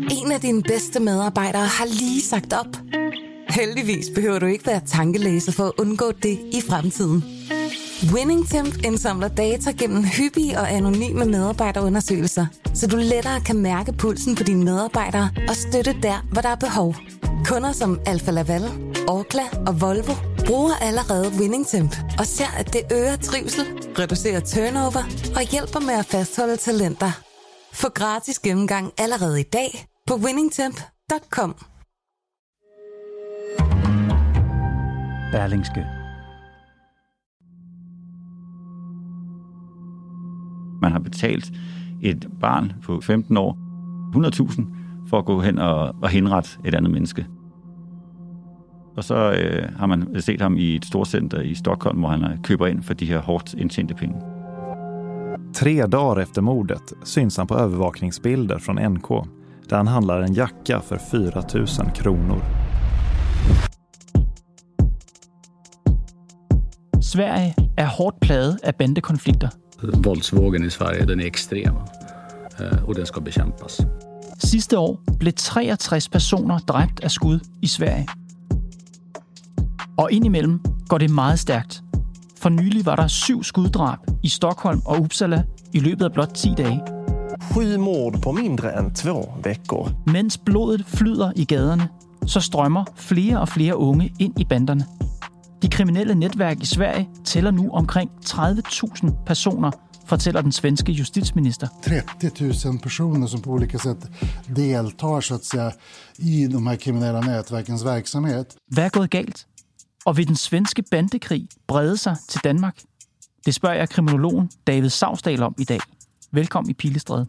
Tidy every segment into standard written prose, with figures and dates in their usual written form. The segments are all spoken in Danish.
En af dine bedste medarbejdere har lige sagt op. Heldigvis behøver du ikke være tankelæser for at undgå det i fremtiden. WinningTemp indsamler data gennem hyppige og anonyme medarbejderundersøgelser, så du lettere kan mærke pulsen på dine medarbejdere og støtte der, hvor der er behov. Kunder som Alfa Laval, Orkla og Volvo bruger allerede WinningTemp og ser, at det øger trivsel, reducerer turnover og hjælper med at fastholde talenter. Få gratis gennemgang allerede i dag på winningtemp.com. Berlingske. Man har betalt et barn på 15 år 100.000 for at gå hen og henrette et andet menneske. Og så har man set ham i et storcenter i Stockholm, hvor han køber ind for de her hårdt indtjente penge. 3 dagar efter mordet syns han på övervakningsbilder från NK där han handlar en jacka för 4 000 kronor. Sverige er hårdt plaget af bandekonflikter. Våldsvågen i Sverige, den er ekstrem, og den skal bekæmpes. Sidste år blev 63 personer dræbt af skud i Sverige. Og indimellem går det meget stærkt. For nylig var der 7 skuddrab i Stockholm og Uppsala i løbet af blot 10 dage. 7 mord på mindre end 2 veckor. Mens blodet flyder i gaderne, så strømmer flere og flere unge ind i banderne. De kriminelle netværk i Sverige tæller nu omkring 30.000 personer, fortæller den svenske justitsminister. 30.000 personer, som på olika sätt deltar så att säga, i de här kriminella nätverkens verksamhet. Hvad er gået galt? Og vil den svenske bandekrig brede sig til Danmark? Det spørger jeg kriminologen David Sausdal om i dag. Velkommen i Pilestræde.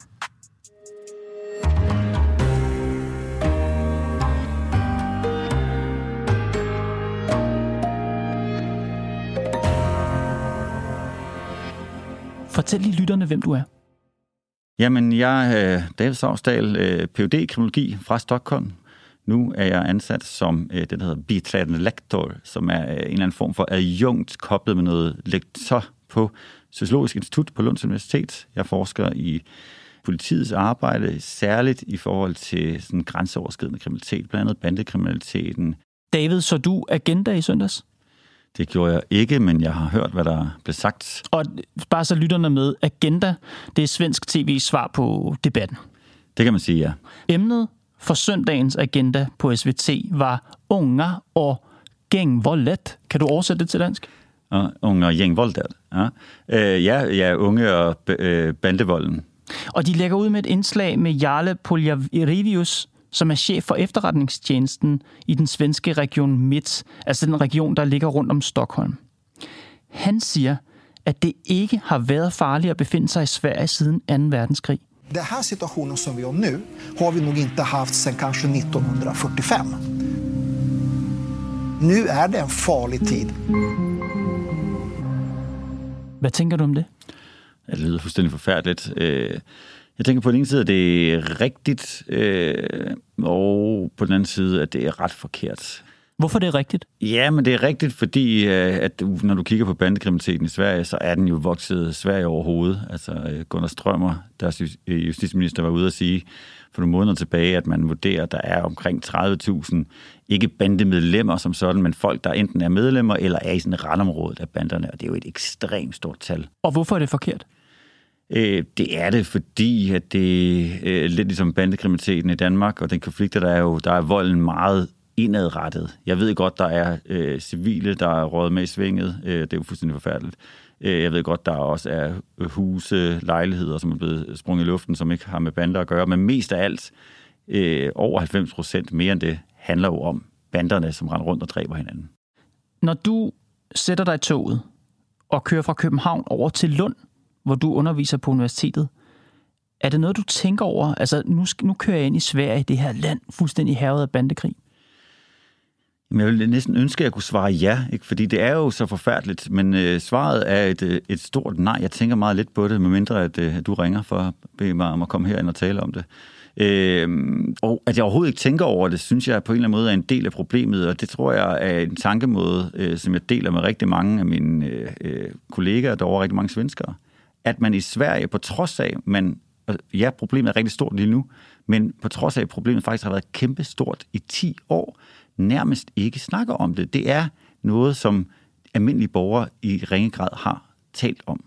Fortæl lige lytterne, hvem du er. Jamen, jeg er David Sausdal, Ph.D. i kriminologi fra Stockholm. Nu er jeg ansat som det, der hedder bitrædende lektor, som er en eller anden form for adjunkt koblet med noget lektor på Sociologisk Institut på Lunds Universitet. Jeg forsker i politiets arbejde, særligt i forhold til sådan grænseoverskridende kriminalitet, blandt andet bandekriminaliteten. David, så du Agenda i søndags? Det gjorde jeg ikke, men jeg har hørt, hvad der blev sagt. Og bare så lytterne med, Agenda, det er svensk tv's svar på Debatten. Det kan man sige, ja. Emnet for søndagens Agenda på SVT var unga og gängvåldet. Kan du oversætte det til dansk? Unge og gängvåldet, ja. Ja, unge og bandevolden. Og de lægger ud med et indslag med Jarle Poljarivius, som er chef for efterretningstjenesten i den svenske region Mitt, altså den region, der ligger rundt om Stockholm. Han siger, at det ikke har været farligt at befinde sig i Sverige siden 2. verdenskrig. Den här situationen som vi har nu har vi nog inte haft sedan kanske 1945. Nu är det en farlig tid. Hvad tænker du om det? Det lyder fuldstændig forfærdeligt. Jeg tænker på den ene side, at det er rigtigt, og på den anden side, at det er ret forkert. Hvorfor det er rigtigt? Ja, men det er rigtigt, fordi at når du kigger på bandekriminaliteten i Sverige, så er den jo vokset Sverige overhovedet. Altså Gunnar Strömmer, deres justitsminister, var ude at sige for nogle måneder tilbage, at man vurderer, at der er omkring 30.000 ikke bandemedlemmer som sådan, men folk, der enten er medlemmer eller er i sådan randområdet af banderne, og det er jo et ekstremt stort tal. Og hvorfor er det forkert? Det er det, fordi at det er lidt ligesom bandekriminaliteten i Danmark, og den konflikter, der er volden meget indadrettet. Jeg ved godt, der er civile, der er røget med i svinget. Det er jo fuldstændig forfærdeligt. Jeg ved godt, der også er huse, lejligheder, som er blevet sprunget i luften, som ikke har med bander at gøre. Men mest af alt, over 90% mere end det, handler jo om banderne, som render rundt og dræber hinanden. Når du sætter dig i toget og kører fra København over til Lund, hvor du underviser på universitetet, er det noget, du tænker over? Altså, nu kører jeg ind i Sverige, det her land, fuldstændig hærget af bandekrig. Jeg ville næsten ønske, at jeg kunne svare ja, ikke? Fordi det er jo så forfærdeligt, men svaret er et stort nej. Jeg tænker meget lidt på det, medmindre at du ringer for at bede mig om at komme herind og tale om det. Og at jeg overhovedet ikke tænker over det, synes jeg på en eller anden måde er en del af problemet, og det tror jeg er en tankemåde, som jeg deler med rigtig mange af mine kollegaer, der er rigtig mange svenskere. At man i Sverige, på trods af, man ja, problemet er rigtig stort lige nu, men på trods af, at problemet faktisk har været kæmpestort i 10 år, nærmest ikke snakker om det. Det er noget, som almindelige borgere i ringe grad har talt om.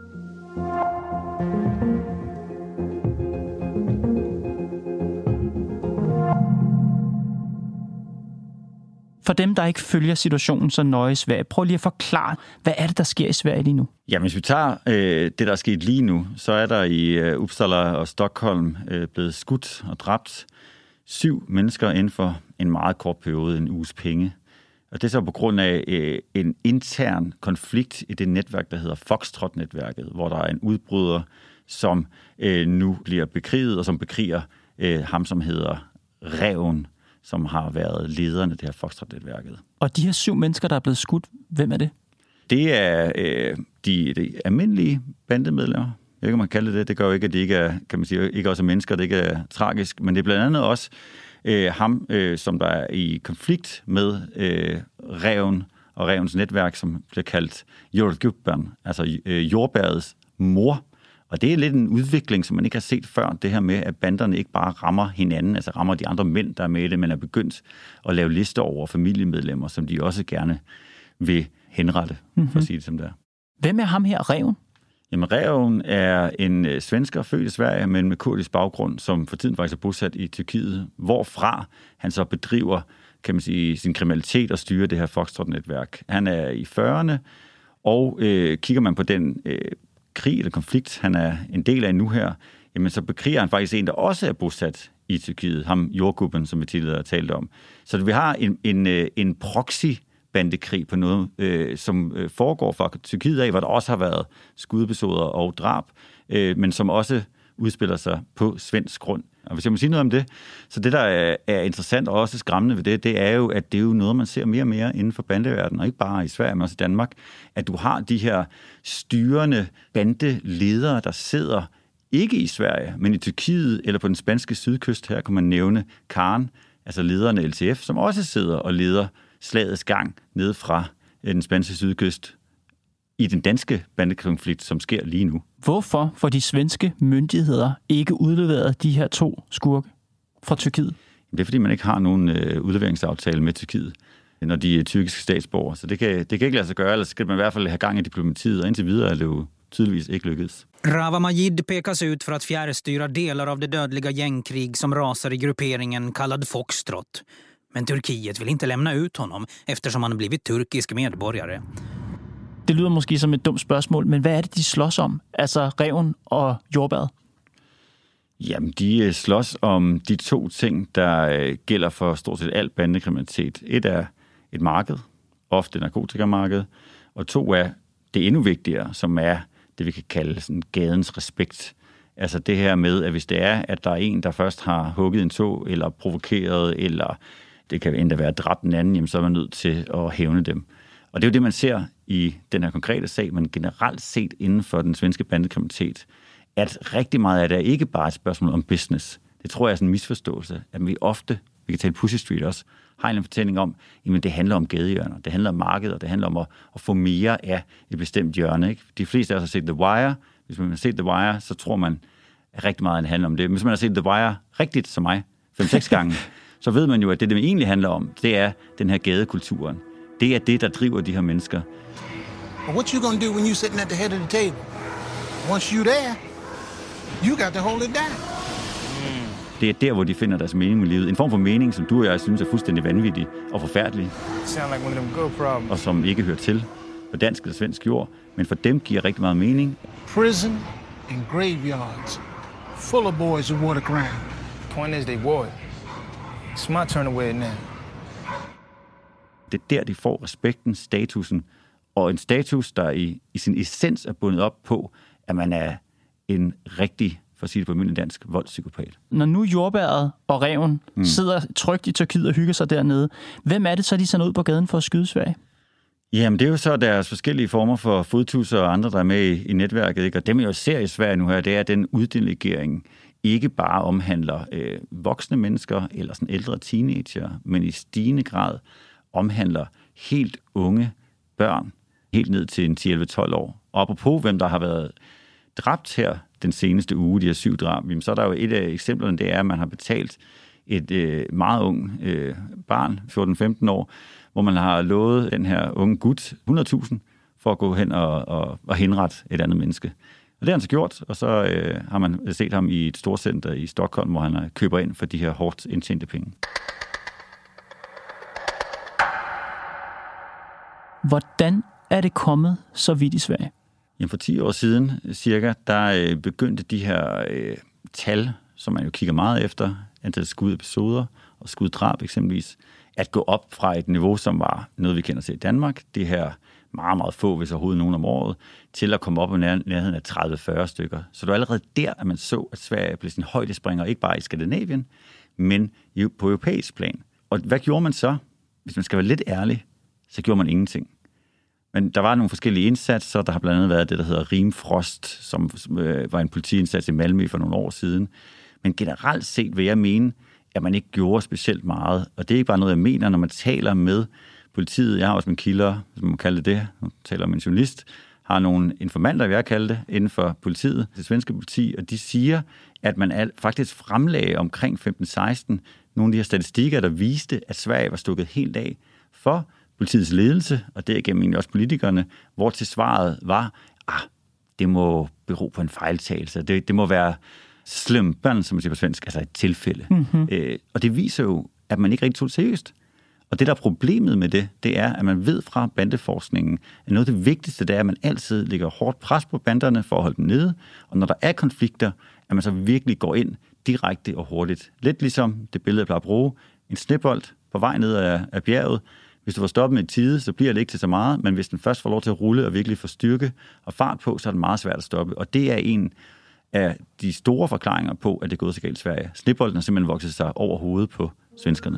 For dem, der ikke følger situationen så nøje i Sverige, prøv lige at forklare, hvad er det, der sker i Sverige lige nu? Ja, hvis vi tager det, der er sket lige nu, så er der i Uppsala og Stockholm blevet skudt og dræbt 7 mennesker inden for en meget kort periode, en uges penge. Og det er så på grund af en intern konflikt i det netværk, der hedder Foxtrot-netværket, hvor der er en udbryder, som nu bliver bekriget, og som bekriger ham, som hedder Räven, som har været lederen af det her Foxtrot-netværket. Og de her 7 mennesker, der er blevet skudt, hvem er det? Det er de almindelige bandemedlemmer. Jeg ved ikke, om man kalder det. Det gør jo ikke, at de ikke er, kan man sige, ikke også er mennesker, det ikke er tragisk, men det er blandt andet også ham, som der er i konflikt med Räven og Rävens netværk, som bliver kaldt Jordgubben, altså jordbærets mor. Og det er lidt en udvikling, som man ikke har set før, det her med, at banderne ikke bare rammer hinanden, altså rammer de andre mænd, der er med i det, men er begyndt at lave lister over familiemedlemmer, som de også gerne vil henrette, for at sige det som det er. Hvem er ham her, Räven? Jamen, Räven er en svensker, født i Sverige, men med kurdisk baggrund, som for tiden faktisk er bosat i Tyrkiet, hvorfra han så bedriver, kan man sige, sin kriminalitet og styrer det her Foxtrot-netværk. Han er i 40'erne, og kigger man på den krig eller konflikt, han er en del af nu her, jamen så bekriger han faktisk en, der også er bosat i Tyrkiet, ham Jordgubben, som vi tidligere har talt om. Så vi har en proxy-bandekrig på noget, som foregår fra Tyrkiet af, hvor der også har været skudepisoder og drab, men som også udspiller sig på svensk grund. Og hvis jeg må sige noget om det, så det, der er interessant og også skræmmende ved det er jo, at det er jo noget, man ser mere og mere inden for bandeverdenen, og ikke bare i Sverige, men også i Danmark, at du har de her styrende bandeledere, der sidder ikke i Sverige, men i Tyrkiet eller på den spanske sydkyst. Her kan man nævne Karen, altså lederen af LTF, som også sidder og leder slagets gang ned fra den spanske sydkyst i den danske bandekonflikt, som sker lige nu. Hvorfor får de svenske myndigheder ikke udleveret de her 2 skurke fra Tyrkiet? Det er, fordi man ikke har nogen udleveringsaftale med Tyrkiet, når de er tyrkiske statsborgere. Så det kan ikke lade sig gøre, eller skal man i hvert fald have gang i diplomatiet, og indtil videre er det jo tydeligvis ikke lykkedes. Rawa Majid pekas ut för att fjärrstyra delar av det dödliga gängkrig som rasar i grupperingen kallad Foxtrot. Men Turkiet vill inte lämna ut honom eftersom han blivit turkisk medborgare. Det lyder måske som et dumt spørgsmål, men hvad er det, de slås om? Altså Räven og jordbæret? Jamen, de slås om de 2 ting, der gælder for stort set alt bandekriminalitet. Et er et marked, ofte narkotikamarked, og 2 er det endnu vigtigere, som er det, vi kan kalde sådan gadens respekt. Altså det her med, at hvis det er, at der er en, der først har hugget en tog, eller provokeret, eller det kan endda være dræbt den anden, jamen, så er man nødt til at hævne dem. Og det er jo det, man ser i den her konkrete sag, men generelt set inden for den svenske bandekriminalitet, at rigtig meget af det er ikke bare et spørgsmål om business. Det tror jeg er sådan en misforståelse, at vi ofte, vi kan tale Pussy Street også, har en fortælling om, at det handler om gadehjørner, det handler om markedet, det handler om at få mere af et bestemt hjørne. Ikke? De fleste af os har set The Wire. Hvis man har set The Wire, så tror man at rigtig meget, at det handler om det. Hvis man har set The Wire rigtigt som mig, 5-6 gange, så ved man jo, at det egentlig handler om, det er den her gadekulturen. Det er det, der driver de her mennesker. What you gonna do when you sitting at the head of the table? Once you there, you got to hold it down. Det er der, hvor de finder deres mening med livet. En form for mening, som du og jeg synes er fuldstændig vanvittig og forfærdelig. Og som ikke hører til på dansk eller svensk jord. Men for dem giver rigtig meget mening. Prison and graveyards, full of boys who wore the crown. Point is, they wore it. It's my turn to wear it now. Det er der, de får respekten, statusen, og en status, der i sin essens er bundet op på, at man er en rigtig, for at sige det på almindelig dansk, voldspsykopat. Når nu jordbæret og Räven sidder trygt i Tyrkiet og hygger sig dernede, hvem er det så, de sender ud på gaden for at skyde Sverige? Jamen, det er jo så deres forskellige former for fodtusser og andre, der er med i netværket. Ikke? Og dem, jeg jo ser i Sverige nu her, det er, at den uddelegering ikke bare omhandler voksne mennesker eller sådan ældre teenager, men i stigende grad omhandler helt unge børn, helt ned til en 10-11-12 år. Og apropos, hvem der har været dræbt her den seneste uge, de her 7 drab, så er der jo et af eksemplerne, det er, at man har betalt et meget ung barn, 14-15 år, hvor man har lovet den her unge gut 100.000 for at gå hen og henrette et andet menneske. Og det har han så gjort, og så har man set ham i et storcenter i Stockholm, hvor han køber ind for de her hårdt indtjente penge. Hvordan er det kommet så vidt i Sverige? Jamen for 10 år siden cirka, der begyndte de her tal, som man jo kigger meget efter, antal skudepisoder og skuddrab eksempelvis, at gå op fra et niveau, som var noget, vi kender til i Danmark, det her meget, meget få, hvis overhovedet nogen om året, til at komme op i nærheden af 30-40 stykker. Så det var allerede der, at man så, at Sverige blev sådan en højdespringer, ikke bare i Skandinavien, men på europæisk plan. Og hvad gjorde man så? Hvis man skal være lidt ærlig, så gjorde man ingenting. Men der var nogle forskellige indsatser. Der har blandt andet været det, der hedder Rimfrost, som var en politiindsats i Malmø for nogle år siden. Men generelt set vil jeg mene, at man ikke gjorde specielt meget. Og det er ikke bare noget, jeg mener, når man taler med politiet. Jeg har også mine kilder, som man kalder det. Nu taler med en journalist. Har nogle informanter, vil jeg kalde det, inden for politiet, det svenske politi. Og de siger, at man faktisk fremlagde omkring 15-16 nogle af de her statistikker, der viste, at Sverige var stukket helt af for politiets ledelse, og derigennem egentlig også politikerne, hvor til svaret var, det må bero på en fejltagelse. Det må være slumpen, som man siger på svensk, altså et tilfælde. Mm-hmm. Og det viser jo, at man ikke rigtig tog det seriøst. Og det, der er problemet med det er, at man ved fra bandeforskningen, at noget af det vigtigste, det er, at man altid lægger hårdt pres på banderne for at holde dem nede, og når der er konflikter, at man så virkelig går ind direkte og hurtigt. Lidt ligesom det billede, jeg plejer at bruge, en snebold på vej ned af bjerget. Hvis du får stoppet med et tide, så bliver det ikke til så meget, men hvis den først får lov til at rulle og virkelig få styrke og fart på, så er det meget svært at stoppe. Og det er en af de store forklaringer på, at det er gået så galt i Sverige. Snebolden har simpelthen vokset sig over hovedet på svenskerne.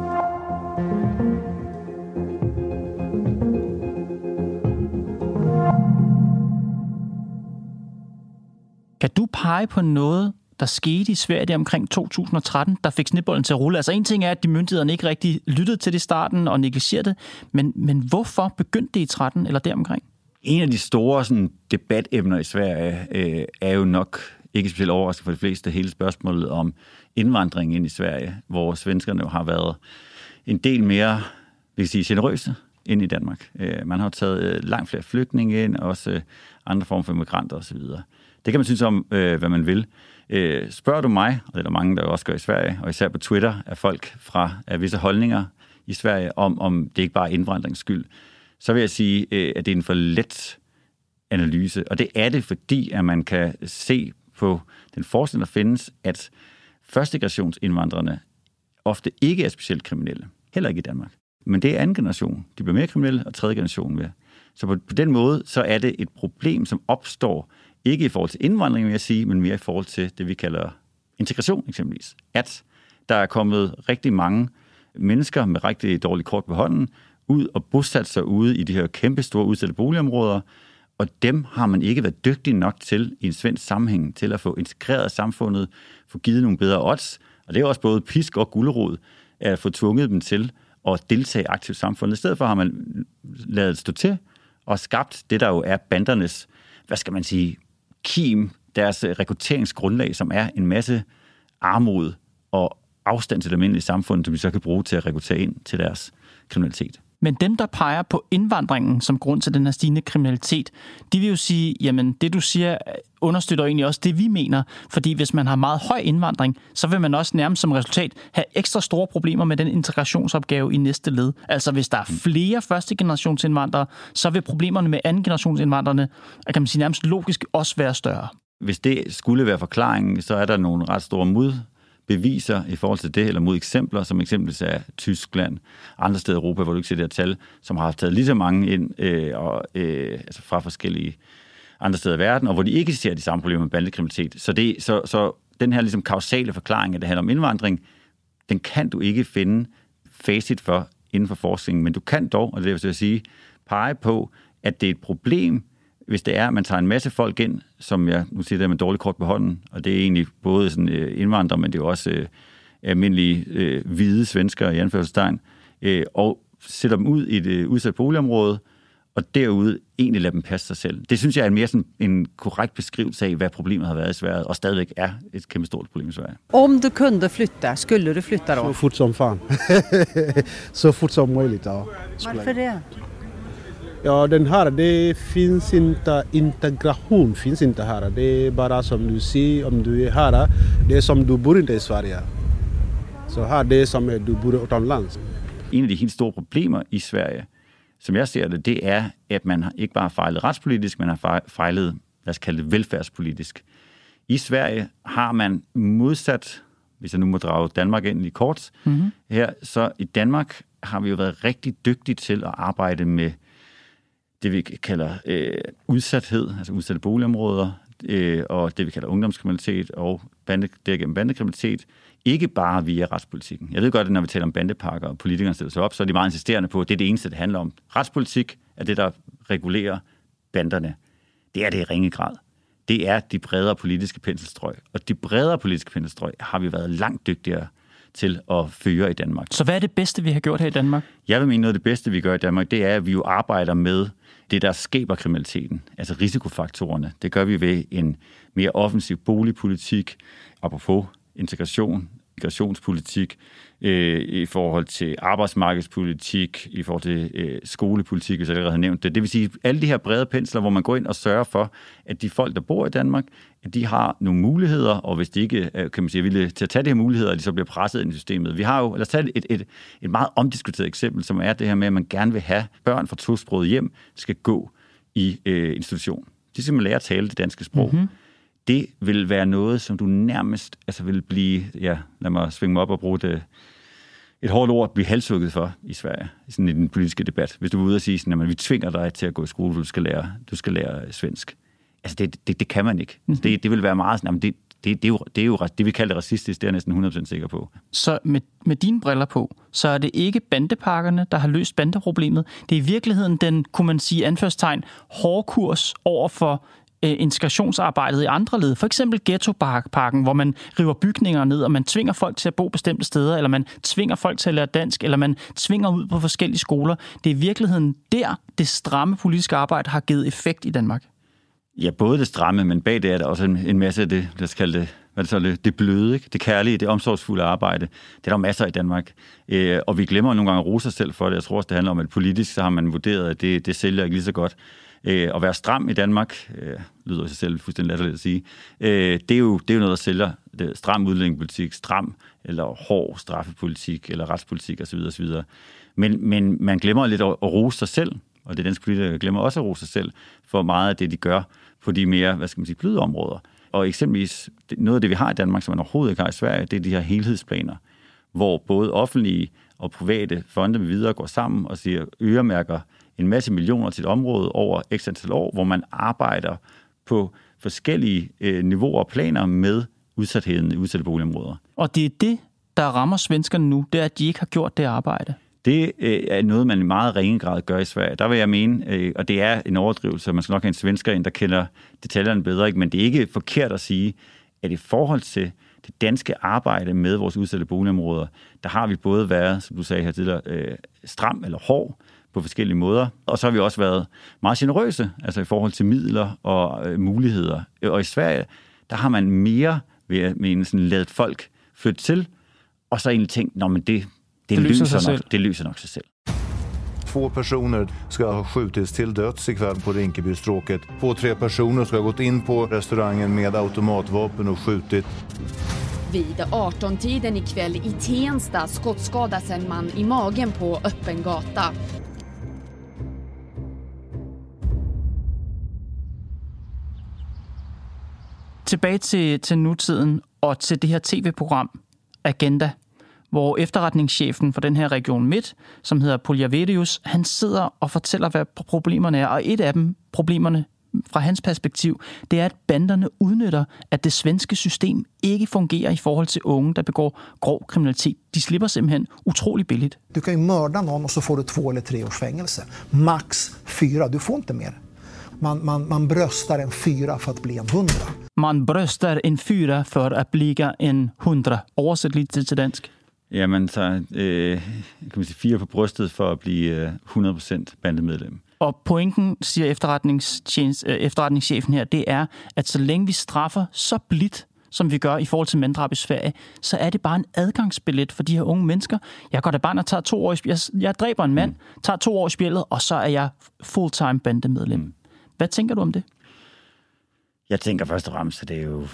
Kan du pege på noget, der skete i Sverige der omkring 2013, der fik snebolden til at rulle? Altså en ting er, at de myndighederne ikke rigtig lyttede til det i starten og negligerede det, men hvorfor begyndte det i 13 eller deromkring? En af de store sådan, debatemner i Sverige er jo nok ikke specielt overraskende for de fleste hele spørgsmålet om indvandring ind i Sverige, hvor svenskerne jo har været en del mere, vil jeg sige, generøse ind i Danmark. Man har jo taget langt flere flygtninge ind, også andre former for migranter osv. Det kan man synes om, hvad man vil. Spørger du mig, og det er der mange, der også gør i Sverige, og især på Twitter, er folk af visse holdninger i Sverige, om det ikke bare er indvandringens skyld, så vil jeg sige, at det er en for let analyse. Og det er det, fordi at man kan se på den forskning, der findes, at førstegenerationsindvandrerne ofte ikke er specielt kriminelle. Heller ikke i Danmark. Men det er anden generation. De bliver mere kriminelle, og tredje generation mere. Så på den måde, så er det et problem, som opstår ikke i forhold til indvandring, vil jeg sige, men mere i forhold til det, vi kalder integration eksempelvis. At der er kommet rigtig mange mennesker med rigtig dårlig kort på hånden ud og bosat sig ude i de her kæmpe store udsatte boligområder, og dem har man ikke været dygtig nok til i en svensk sammenhæng til at få integreret samfundet, få givet nogle bedre odds, og det er også både pisk og gulerod at få tvunget dem til at deltage aktivt i samfundet. I stedet for har man ladet stå til og skabt det, der jo er bandernes, hvad skal man sige, kim, deres rekrutteringsgrundlag, som er en masse armod og afstand til det almindelige samfund, som de så kan bruge til at rekruttere ind til deres kriminalitet. Men dem, der peger på indvandringen som grund til den her stigende kriminalitet, de vil jo sige, jamen det du siger understøtter egentlig også det, vi mener. Fordi hvis man har meget høj indvandring, så vil man også nærmest som resultat have ekstra store problemer med den integrationsopgave i næste led. Altså hvis der er flere førstegenerationsindvandrere, så vil problemerne med andengenerationsindvandrerne, kan man sige nærmest logisk, også være større. Hvis det skulle være forklaringen, så er der nogle ret store modbeviser i forhold til det, eller mod eksempler, som eksempelvis er Tyskland, andre steder i Europa, hvor du ikke ser det her tal, som har taget lige så mange ind altså fra forskellige andre steder i verden, og hvor de ikke ser de samme problemer med bandekriminalitet. Så den her ligesom kausale forklaring, at det handler om indvandring, den kan du ikke finde facit for inden for forskningen, men du kan dog, og det vil jeg sige, pege på, at det er et problem, hvis det er, at man tager en masse folk ind, som jeg nu siger, der med dårlig kort på hånden, og det er egentlig både sådan, indvandrere, men det er også almindelige hvide svenskere i anførselstegn, og sætter dem ud i et udsat boligområde, og derude egentlig lade dem passe sig selv. Det synes jeg er mere sådan en korrekt beskrivelse af, hvad problemet har været i Sverige, og stadigvæk er et kæmpe stort problem i Sverige. Om du kunde flytta, skulle du flytta då? Så fort som fan. Så fort som möjligt, ja. Varför det? Ja, den här, det finns inte, integration finns inte här. Det är bara som du ser, om du är här, det är som du bor inte i Sverige. Så här, det är som du bor utomlands. En af de helt store problemer i Sverige, som jeg ser det, det er, at man ikke bare har fejlet retspolitisk, man har fejlet, lad os kalde det, velfærdspolitisk. I Sverige har man modsat, hvis jeg nu må drage Danmark ind i kort, her, så i Danmark har vi jo været rigtig dygtige til at arbejde med det, vi kalder udsathed, altså udsatte boligområder, og det, vi kalder ungdomskriminalitet og derigennem bandekriminalitet, ikke bare via retspolitikken. Jeg ved godt, at når vi taler om bandepakker og politikerne stiller sig op, så er de meget insisterende på, at det er det eneste, det handler om. Retspolitik er det, der regulerer banderne. Det er det i ringe grad. Det er de bredere politiske penselstrøg. Og de bredere politiske penselstrøg har vi været langt dygtigere til at føre i Danmark. Så hvad er det bedste, vi har gjort her i Danmark? Jeg vil mene, noget af det bedste, vi gør i Danmark, det er, at vi jo arbejder med det, der skaber kriminaliteten, altså risikofaktorerne. Det gør vi ved en mere offensiv boligpolitik, apropos integration, migrationspolitik, i forhold til arbejdsmarkedspolitik, i forhold til skolepolitik, hvis jeg allerede har nævnt det. Det vil sige, alle de her brede pensler, hvor man går ind og sørger for, at de folk, der bor i Danmark, at de har nogle muligheder, og hvis de ikke kan man sige, er villige til at tage de her muligheder, at de så bliver presset ind i systemet. Vi har jo, lad os tage et meget omdiskuteret eksempel, som er det her med, at man gerne vil have børn fra tosprogede hjem, skal gå i institution. De skal man lære at tale det danske sprog. Mm-hmm. Det vil være noget, som du nærmest vil blive, lad mig svinge mig op og bruge det, et hårdt ord, blive halshugget for i Sverige, sådan i den politiske debat. Hvis du er ude og sige, sådan, at vi tvinger dig til at gå i skole, du skal lære svensk. Altså, det kan man ikke. Mm-hmm. Det vil være meget sådan, det er jo det, vi kalder det racistisk, det er jeg næsten 100% sikker på. Så med dine briller på, så er det ikke bandepakkerne, der har løst bandeproblemet. Det er i virkeligheden den, kunne man sige, anførstegn, hårde kurs over for integrationsarbejdet i andre led. For eksempel ghettopakken, hvor man river bygninger ned, og man tvinger folk til at bo bestemte steder, eller man tvinger folk til at lære dansk, eller man tvinger ud på forskellige skoler. Det er i virkeligheden der, det stramme politiske arbejde har givet effekt i Danmark. Ja, både det stramme, men bag det er der også en masse af det, lad os kalde det, det bløde, ikke? Det kærlige, det omsorgsfulde arbejde. Det er der masser i Danmark. Og vi glemmer nogle gange at rose os selv for det. Jeg tror også, det handler om, at politisk så har man vurderet, at det sælger ikke lige så godt. At være stram i Danmark, lyder sig selv fuldstændig latterligt at sige, det er jo noget, der sælger. Stram udlændingepolitik, stram eller hård straffepolitik eller retspolitik osv. osv. Men man glemmer lidt at rose sig selv, og det danske politikere glemmer også at rose sig selv for meget af det, de gør på de mere, bløde områder. Og eksempelvis noget af det, vi har i Danmark, som man overhovedet ikke har i Sverige, det er de her helhedsplaner, hvor både offentlige og private fonde med videre går sammen og siger, øremærker en masse millioner til et område over x antal år, hvor man arbejder på forskellige niveauer og planer med udsatheden i udsatte boligområder. Og det er det, der rammer svenskerne nu, det er, at de ikke har gjort det arbejde. Det er noget, man i meget ringe grad gør i Sverige. Der vil jeg mene, og det er en overdrivelse, man skal nok have en svensker ind, der kender detaljerne bedre, ikke? Men det er ikke forkert at sige, at i forhold til det danske arbejde med vores udsatte boligområder, der har vi både været, som du sagde her tidligere, stram eller hård på forskellige måder, og så har vi også været meget generøse, altså i forhold til midler og muligheder. Og i Sverige, der har man mere ved sådan ladet folk flytte til, og så egentlig tænkt, men det løser nok sig selv. 2 personer ska ha skjutits till döds ikväll på Rinkebystråket. 2-3 personer ska ha gått in på restaurangen med automatvapen och skjutit. Vid 18-tiden ikväll i Tensta skottskadas en man i magen på öppen gata. Tilbage til nutiden og til det her tv-program Agenda, hvor efterretningschefen for den her region Midt, som hedder Poljaverius, han sidder og fortæller, hvad problemerne er. Og et af dem, problemerne fra hans perspektiv, det er, at banderne udnytter, at det svenske system ikke fungerer i forhold til unge, der begår grov kriminalitet. De slipper simpelthen utrolig billigt. Du kan ju mörda någon och så får du 2 eller 3 års fängelse. Max 4, du får inte mer. Man bröstar en 4 för att bli en 100. Man bröstar en 4 för att bli en 100. Oversæt lidt til dansk. Jamen, så kan man sige 4 på brystet for at blive 100% bandemedlem. Og pointen, siger efterretningschefen her, det er, at så længe vi straffer så blidt, som vi gør i forhold til manddrab i Sverige, så er det bare en adgangsbillet for de her unge mennesker. Jeg går da bare og tager 2 år jeg dræber en mand, tager 2 år i spjældet, og så er jeg fulltime bandemedlem. Hvad tænker du om det? Jeg tænker først og fremmest, at det er jo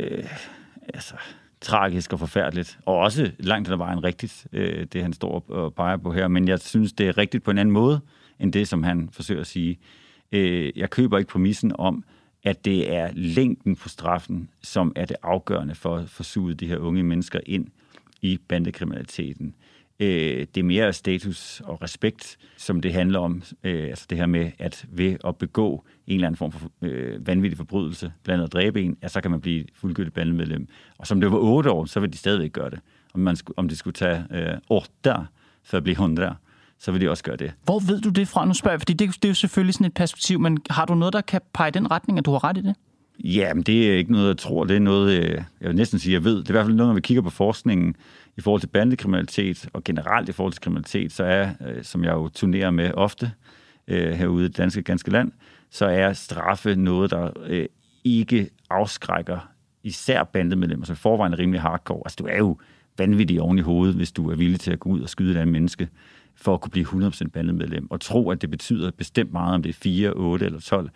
tragisk og forfærdeligt, og også langt ad vejen rigtigt, det han står og peger på her, men jeg synes, det er rigtigt på en anden måde, end det, som han forsøger at sige. Jeg køber ikke præmissen om, at det er længden på straffen, som er det afgørende for at forsuge de her unge mennesker ind i bandekriminaliteten. Det er mere status og respekt, som det handler om. Altså det her med, at ved at begå en eller anden form for vanvittig forbrydelse, blandt andet at dræbe en, så kan man blive fuldgyldigt bandemedlem. Og som det var 8 år, så vil de stadigvæk gøre det. Om det skulle tage 8 for at blive 100, så vil de også gøre det. Hvor ved du det fra? Nu spørger jeg, fordi det er jo selvfølgelig sådan et perspektiv, men har du noget, der kan pege i den retning, at du har ret i det? Ja, men det er ikke noget, jeg tror. Det er noget, jeg vil næsten sige, jeg ved. Det er i hvert fald noget, når vi kigger på forskningen i forhold til bandekriminalitet, og generelt i forhold til kriminalitet, så er, som jeg jo turnerer med ofte herude i det ganske land, så er straffe noget, der ikke afskrækker især bandemedlemmer, som i forvejen er rimelig hardcore. Altså, du er jo vanvittig oven i hovedet, hvis du er villig til at gå ud og skyde et andet menneske, for at kunne blive 100% bandemedlem, og tro, at det betyder bestemt meget, om det er 4, 8 eller 12.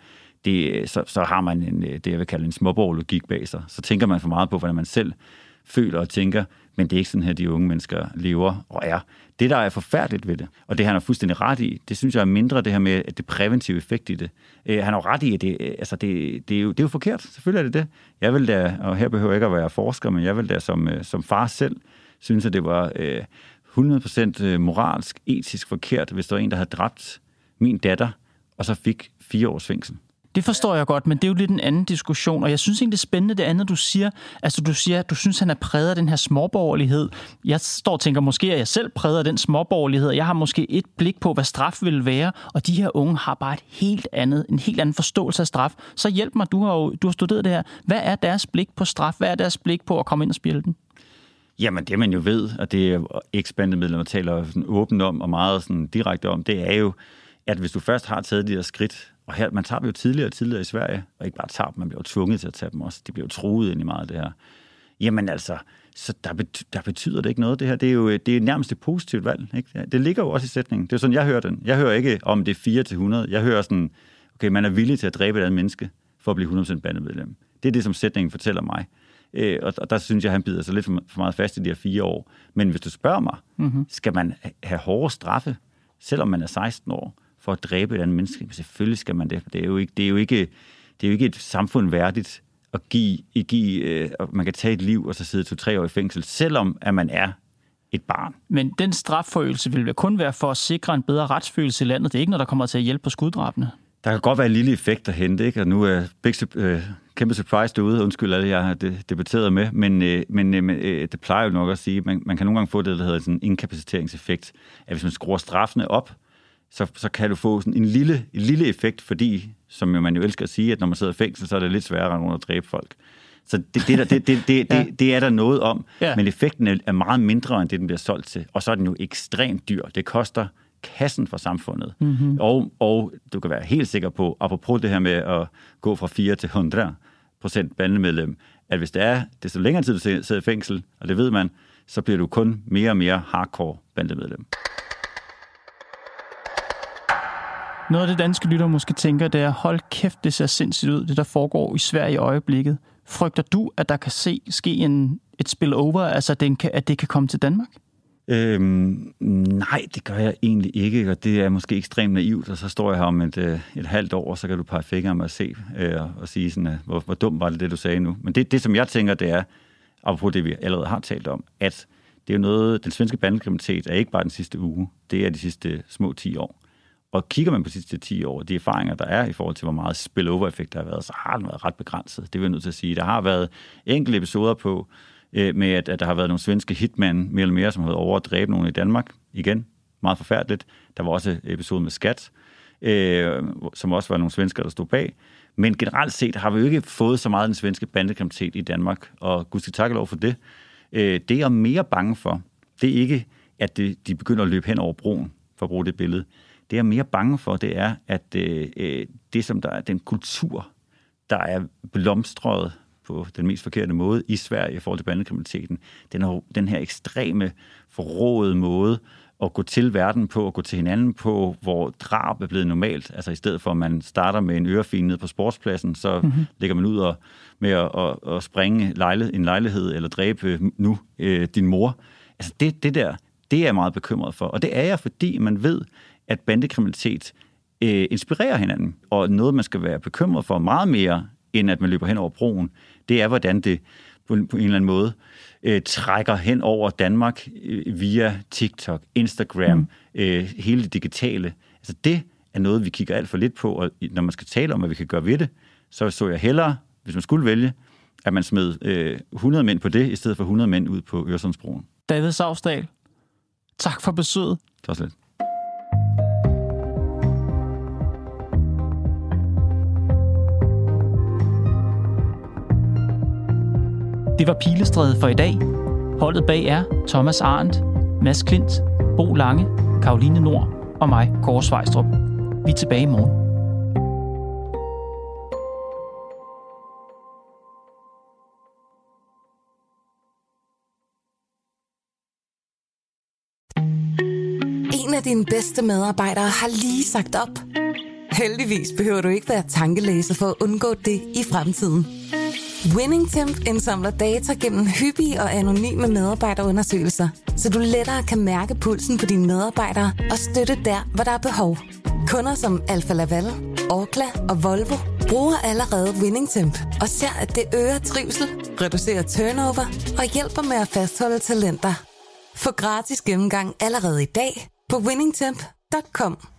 Så har man det, jeg vil kalde en småborgerlogik bag sig. Så tænker man for meget på, hvordan man selv føler og tænker, men det er ikke sådan her, de unge mennesker lever og er. Det, der er forfærdeligt ved det, og det han er fuldstændig ret i, det synes jeg er mindre det her med at det præventive effekt i det. Han har ret i, at det er jo forkert. Selvfølgelig er det det. Jeg vil da, og her behøver jeg ikke at være forsker, men jeg vil da som far selv synes, at det var 100% moralsk, etisk forkert, hvis der var en, der havde dræbt min datter, og så fik 4 års fængsel. Det forstår jeg godt, men det er jo lidt en anden diskussion, og jeg synes egentlig, det er spændende det andet, du siger. Altså, du siger, at du synes, han er præget af den her småborgerlighed. Jeg står og tænker, måske er jeg selv præget af den småborgerlighed, og jeg har måske et blik på, hvad straf vil være, og de her unge har bare en helt anden forståelse af straf. Så hjælp mig, du har studeret det her. Hvad er deres blik på straf? Hvad er deres blik på at komme ind og spille den? Jamen, det man jo ved, og det er eks-bandemedlemmer taler sådan åbent om, og meget sådan direkte om, det er jo, at hvis du først har taget de der skridt, og her, man tager dem jo tidligere og tidligere i Sverige, og ikke bare tager dem, man bliver jo tvunget til at tage dem også. De bliver jo truet ind i meget af det her. Jamen altså, så der betyder det ikke noget, det her. Det er nærmest et positivt valg, ikke? Det ligger jo også i sætningen. Det er sådan, jeg hører den. Jeg hører ikke, om det er 4 til 100. Jeg hører sådan, okay, man er villig til at dræbe et andet menneske, for at blive 100% bandemedlem. Det er det, som sætningen fortæller mig. Og der synes jeg, han bider sig lidt for meget fast i de her 4 år. Men hvis du spørger mig, skal man have hårde straffe, selvom man er 16 år, for at dræbe et andet menneske? Selvfølgelig skal man det. Det er jo ikke et samfund værdigt at give man kan tage et liv og så sidde 2-3 år i fængsel, selvom at man er et barn. Men den strafforøgelse vil kun være for at sikre en bedre retsfølelse i landet. Det er ikke noget, der kommer til at hjælpe på skuddrabene. Der kan godt være en lille effekt at hente, ikke? Og nu er kæmpe surprise derude. Undskyld, at jeg har debatteret med. Men det plejer jo nok at sige, man kan nogle gange få det, der hedder sådan en inkapaciteringseffekt. At hvis man skruer straffene op, så kan du få sådan en lille effekt, fordi, som man jo elsker at sige, at når man sidder i fængsel, så er det lidt sværere at dræbe folk. Så det er der noget om, men effekten er meget mindre, end det, den bliver solgt til. Og så er den jo ekstremt dyr. Det koster kassen for samfundet. Mm-hmm. Og du kan være helt sikker på, apropos det her med at gå fra 4 til 100% bandemedlem, at hvis det er desto længere tid, du sidder i fængsel, og det ved man, så bliver du kun mere og mere hardcore bandemedlem. Noget af det danske lytter måske tænker, det er, hold kæft, det ser sindssygt ud, det der foregår i Sverige i øjeblikket. Frygter du, at der kan ske et spillover, altså at det kan komme til Danmark? Nej, det gør jeg egentlig ikke, og det er måske ekstremt naivt, og så står jeg her om et halvt år, og så kan du pege fingre med at se og sige sådan, hvor dumt var det, du sagde nu. Men det som jeg tænker, det er, apropos det, vi allerede har talt om, at det er jo noget, den svenske bandekriminalitet er ikke bare den sidste uge, det er de sidste små 10 år. Og kigger man på de sidste 10 år, de erfaringer, der er i forhold til, hvor meget spillover-effekt der har været, så har den været ret begrænset. Det vil jeg nødt til at sige. Der har været enkelte episoder på, med at der har været nogle svenske hitman, mere eller mere, som har været over at dræbe nogen i Danmark. Igen, meget forfærdeligt. Der var også episode med Skat, som også var nogle svensker, der stod bag. Men generelt set har vi jo ikke fået så meget den svenske bandekriminalitet i Danmark, og gud skal takke lov for det. Det jeg er mere bange for, det er ikke, at de begynder at løbe hen over broen, for at bruge det billede. Det jeg er mere bange for, det er, at det som der er den kultur, der er blomstret på den mest forkerte måde i Sverige i forhold til bandekriminaliteten, den her ekstreme, forråede måde at gå til verden på, og gå til hinanden på, hvor drab er blevet normalt. Altså i stedet for, at man starter med en ørefin nede på sportspladsen, så lægger man ud med at springe en lejlighed eller dræbe din mor. Altså det der, det er jeg meget bekymret for. Og det er jeg, fordi man ved, at bandekriminalitet inspirerer hinanden. Og noget, man skal være bekymret for meget mere, end at man løber hen over broen, det er, hvordan det på en eller anden måde trækker hen over Danmark via TikTok, Instagram, hele det digitale. Altså det er noget, vi kigger alt for lidt på, og når man skal tale om, hvad vi kan gøre ved det, så jeg hellere, hvis man skulle vælge, at man smed 100 mænd på det, i stedet for 100 mænd ud på Øresundsbroen. David Sausdal, tak for besøget. Tak så lidt. Det var Pilestræde for i dag. Holdet bag er Thomas Arendt, Mads Klint, Bo Lange, Karoline Nord og mig, Kåre Svejstrup. Vi er tilbage i morgen. En af dine bedste medarbejdere har lige sagt op. Heldigvis behøver du ikke være tankelæser for at undgå det i fremtiden. WinningTemp indsamler data gennem hyppige og anonyme medarbejderundersøgelser, så du lettere kan mærke pulsen på dine medarbejdere og støtte der, hvor der er behov. Kunder som Alfa Laval, Orkla og Volvo bruger allerede WinningTemp og ser, at det øger trivsel, reducerer turnover og hjælper med at fastholde talenter. Få gratis gennemgang allerede i dag på winningtemp.com.